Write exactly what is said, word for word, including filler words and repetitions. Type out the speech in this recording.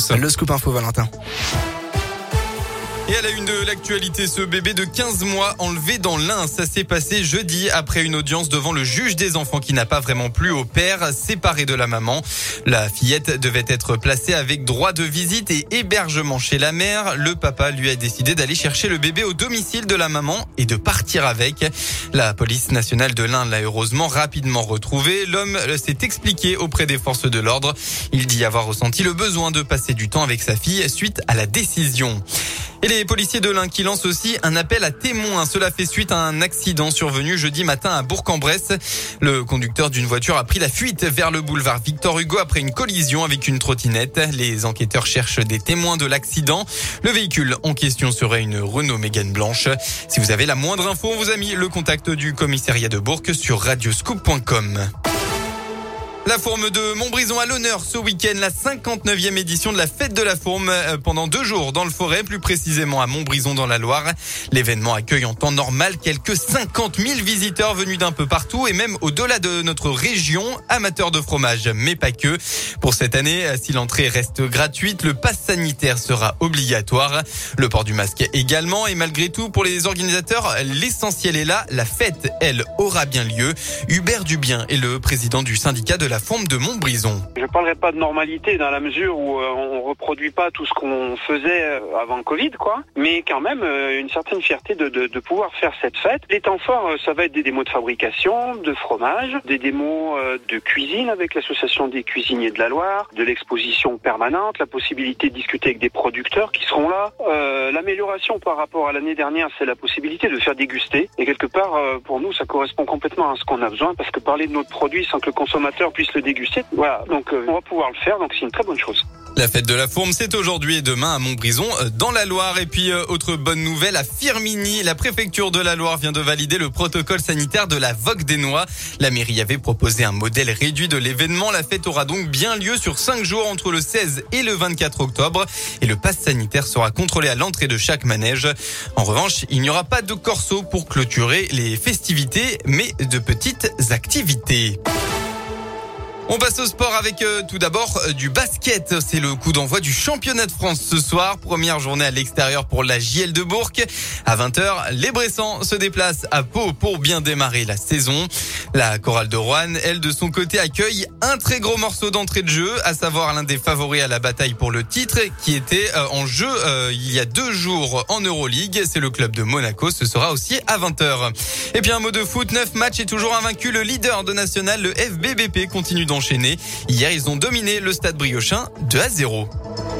tous. Le scoop info, Valentin. Et à la une de l'actualité, ce bébé de quinze mois enlevé dans l'Ain. Ça s'est passé jeudi après une audience devant le juge des enfants qui n'a pas vraiment plu au père, séparé de la maman. La fillette devait être placée avec droit de visite et hébergement chez la mère. Le papa lui a décidé d'aller chercher le bébé au domicile de la maman et de partir avec. La police nationale de l'Ain l'a heureusement rapidement retrouvé. L'homme s'est expliqué auprès des forces de l'ordre. Il dit avoir ressenti le besoin de passer du temps avec sa fille suite à la décision. Et les policiers de l'Ain qui lancent aussi un appel à témoins. Cela fait suite à un accident survenu jeudi matin à Bourg-en-Bresse. Le conducteur d'une voiture a pris la fuite vers le boulevard Victor Hugo après une collision avec une trottinette. Les enquêteurs cherchent des témoins de l'accident. Le véhicule en question serait une Renault Mégane blanche. Si vous avez la moindre info, on vous a mis le contact du commissariat de Bourg sur radioscoop point com. La Fourme de Montbrison à l'honneur ce week-end, la cinquante-neuvième édition de la fête de la Fourme pendant deux jours dans le Forêt, plus précisément à Montbrison dans la Loire. L'événement accueille en temps normal quelques cinquante mille visiteurs venus d'un peu partout et même au-delà de notre région, amateurs de fromage, mais pas que. Pour cette année, si l'entrée reste gratuite, le pass sanitaire sera obligatoire. Le port du masque également et malgré tout, pour les organisateurs, l'essentiel est là. La fête, elle, aura bien lieu. Hubert Dubien est le président du syndicat de la La Fourme de Montbrison. Je ne parlerai pas de normalité dans la mesure où euh, on reproduit pas tout ce qu'on faisait avant Covid, quoi. Mais quand même, euh, une certaine fierté de, de, de pouvoir faire cette fête. Les temps forts, euh, ça va être des démos de fabrication, de fromage, des démos euh, de cuisine avec l'association des cuisiniers de la Loire, de l'exposition permanente, la possibilité de discuter avec des producteurs qui seront là. Euh, l'amélioration par rapport à l'année dernière, c'est la possibilité de faire déguster. Et quelque part, euh, pour nous, ça correspond complètement à ce qu'on a besoin parce que parler de notre produit sans que le consommateur puisse le déguster. Voilà, donc euh, on va pouvoir le faire, donc c'est une très bonne chose. La fête de la Fourme, c'est aujourd'hui et demain à Montbrison, dans la Loire. Et puis, euh, autre bonne nouvelle, à Firminy, la préfecture de la Loire vient de valider le protocole sanitaire de la Vogue des Noix. La mairie avait proposé un modèle réduit de l'événement. La fête aura donc bien lieu sur cinq jours entre le seize et le vingt-quatre octobre. Et le pass sanitaire sera contrôlé à l'entrée de chaque manège. En revanche, il n'y aura pas de corso pour clôturer les festivités, mais de petites activités. On passe au sport avec euh, tout d'abord euh, du basket. C'est le coup d'envoi du championnat de France ce soir. Première journée à l'extérieur pour la J L de Bourg. À vingt heures, les Bressans se déplacent à Pau pour bien démarrer la saison. La chorale de Roanne, elle, de son côté, accueille un très gros morceau d'entrée de jeu, à savoir l'un des favoris à la bataille pour le titre, qui était euh, en jeu euh, il y a deux jours en Euroleague. C'est le club de Monaco. Ce sera aussi à vingt heures. Et puis un mot de foot, neuf matchs et toujours invaincu. Le leader de national, le F B B P, continue d'enchaîner. Hier, ils ont dominé le Stade Briochin deux à zéro.